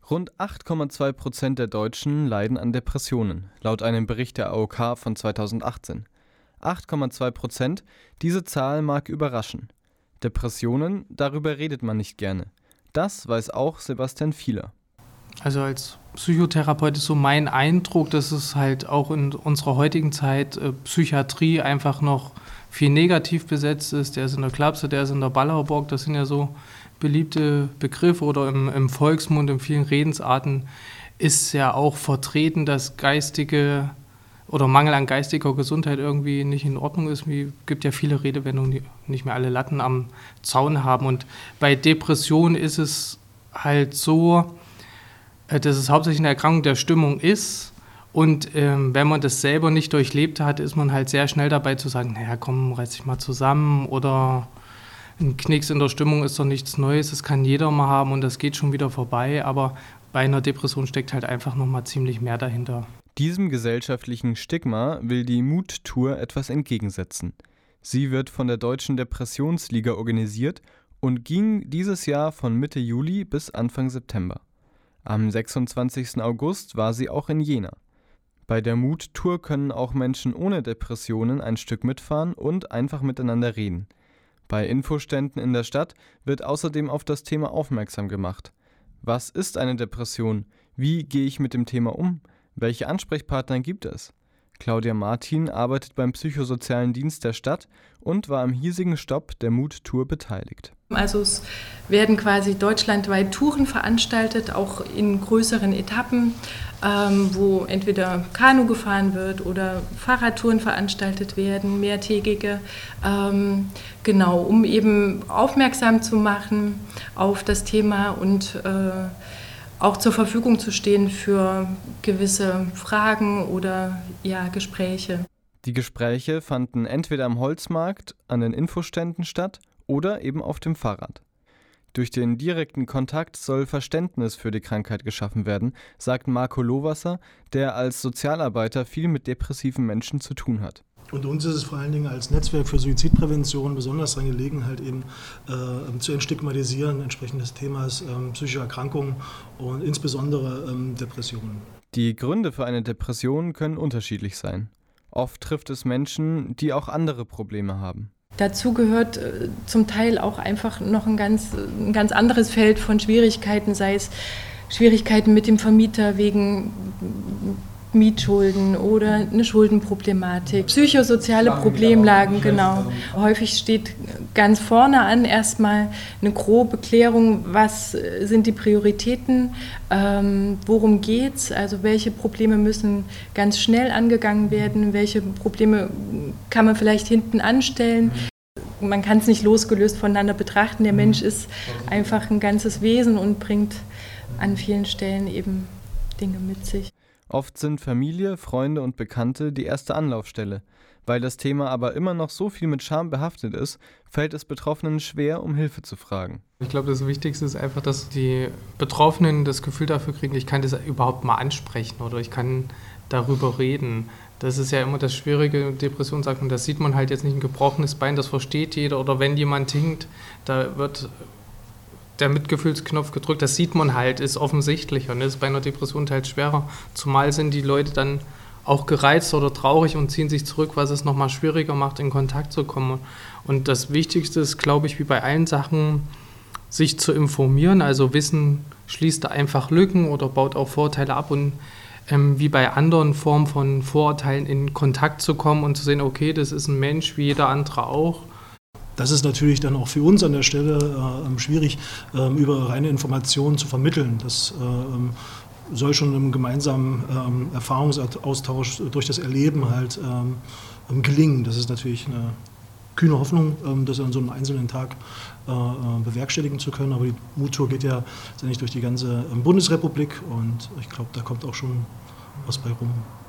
Rund 8,2% der Deutschen leiden an Depressionen, laut einem Bericht der AOK von 2018. 8,2%, diese Zahl mag überraschen. Depressionen, darüber redet man nicht gerne. Das weiß auch Sebastian Fieler. Also als Psychotherapeut ist so mein Eindruck, dass es halt auch in unserer heutigen Zeit Psychiatrie einfach noch viel negativ besetzt ist. Der ist in der Klapse, der ist in der Ballerburg, das sind ja so beliebte Begriffe oder im Volksmund, in vielen Redensarten ist ja auch vertreten, dass geistige oder Mangel an geistiger Gesundheit irgendwie nicht in Ordnung ist. Es gibt ja viele Redewendungen, die nicht mehr alle Latten am Zaun haben. Und bei Depressionen ist es halt so, dass es hauptsächlich eine Erkrankung der Stimmung ist. Und wenn man das selber nicht durchlebt hat, ist man halt sehr schnell dabei zu sagen, naja, komm, reiß dich mal zusammen oder ein Knicks in der Stimmung ist doch nichts Neues, das kann jeder mal haben und das geht schon wieder vorbei. Aber bei einer Depression steckt halt einfach nochmal ziemlich mehr dahinter. Diesem gesellschaftlichen Stigma will die Mut-Tour etwas entgegensetzen. Sie wird von der Deutschen Depressionsliga organisiert und ging dieses Jahr von Mitte Juli bis Anfang September. Am 26. August war sie auch in Jena. Bei der Mut-Tour können auch Menschen ohne Depressionen ein Stück mitfahren und einfach miteinander reden. Bei Infoständen in der Stadt wird außerdem auf das Thema aufmerksam gemacht. Was ist eine Depression? Wie gehe ich mit dem Thema um? Welche Ansprechpartner gibt es? Claudia Martin arbeitet beim psychosozialen Dienst der Stadt und war am hiesigen Stopp der Mut-Tour beteiligt. Also es werden quasi deutschlandweit Touren veranstaltet, auch in größeren Etappen, wo entweder Kanu gefahren wird oder Fahrradtouren veranstaltet werden, mehrtägige, genau, um eben aufmerksam zu machen auf das Thema und auch zur Verfügung zu stehen für gewisse Fragen oder Gespräche. Die Gespräche fanden entweder am Holzmarkt, an den Infoständen statt oder eben auf dem Fahrrad. Durch den direkten Kontakt soll Verständnis für die Krankheit geschaffen werden, sagt Marco Lohwasser, der als Sozialarbeiter viel mit depressiven Menschen zu tun hat. Und uns ist es vor allen Dingen als Netzwerk für Suizidprävention besonders daran gelegen, halt eben zu entstigmatisieren, entsprechend des Themas psychische Erkrankungen und insbesondere Depressionen. Die Gründe für eine Depression können unterschiedlich sein. Oft trifft es Menschen, die auch andere Probleme haben. Dazu gehört zum Teil auch einfach noch ein ganz anderes Feld von Schwierigkeiten, sei es Schwierigkeiten mit dem Vermieter wegen Mietschulden oder eine Schuldenproblematik, psychosoziale Problemlagen, genau. Häufig steht ganz vorne an erstmal eine grobe Klärung, was sind die Prioritäten, worum geht's, also welche Probleme müssen ganz schnell angegangen werden, welche Probleme kann man vielleicht hinten anstellen. Man kann es nicht losgelöst voneinander betrachten, der Mensch ist einfach ein ganzes Wesen und bringt an vielen Stellen eben Dinge mit sich. Oft sind Familie, Freunde und Bekannte die erste Anlaufstelle. Weil das Thema aber immer noch so viel mit Scham behaftet ist, fällt es Betroffenen schwer, um Hilfe zu fragen. Ich glaube, das Wichtigste ist einfach, dass die Betroffenen das Gefühl dafür kriegen, ich kann das überhaupt mal ansprechen oder ich kann darüber reden. Das ist ja immer das Schwierige, Depression sagt man, das sieht man halt jetzt nicht, ein gebrochenes Bein, das versteht jeder. Oder wenn jemand hinkt, da wird der Mitgefühlsknopf gedrückt, das sieht man halt, ist offensichtlich und das ist bei einer Depression halt schwerer. Zumal sind die Leute dann auch gereizt oder traurig und ziehen sich zurück, was es nochmal schwieriger macht, in Kontakt zu kommen. Und das Wichtigste ist, glaube ich, wie bei allen Sachen, sich zu informieren. Also Wissen schließt da einfach Lücken oder baut auch Vorurteile ab und wie bei anderen Formen von Vorurteilen in Kontakt zu kommen und zu sehen, okay, das ist ein Mensch wie jeder andere auch. Das ist natürlich dann auch für uns an der Stelle schwierig, über reine Informationen zu vermitteln. Das soll schon im gemeinsamen Erfahrungsaustausch durch das Erleben halt gelingen. Das ist natürlich eine kühne Hoffnung, das an so einem einzelnen Tag bewerkstelligen zu können. Aber die Mut-Tour geht ja letztendlich durch die ganze Bundesrepublik und ich glaube, da kommt auch schon was bei rum.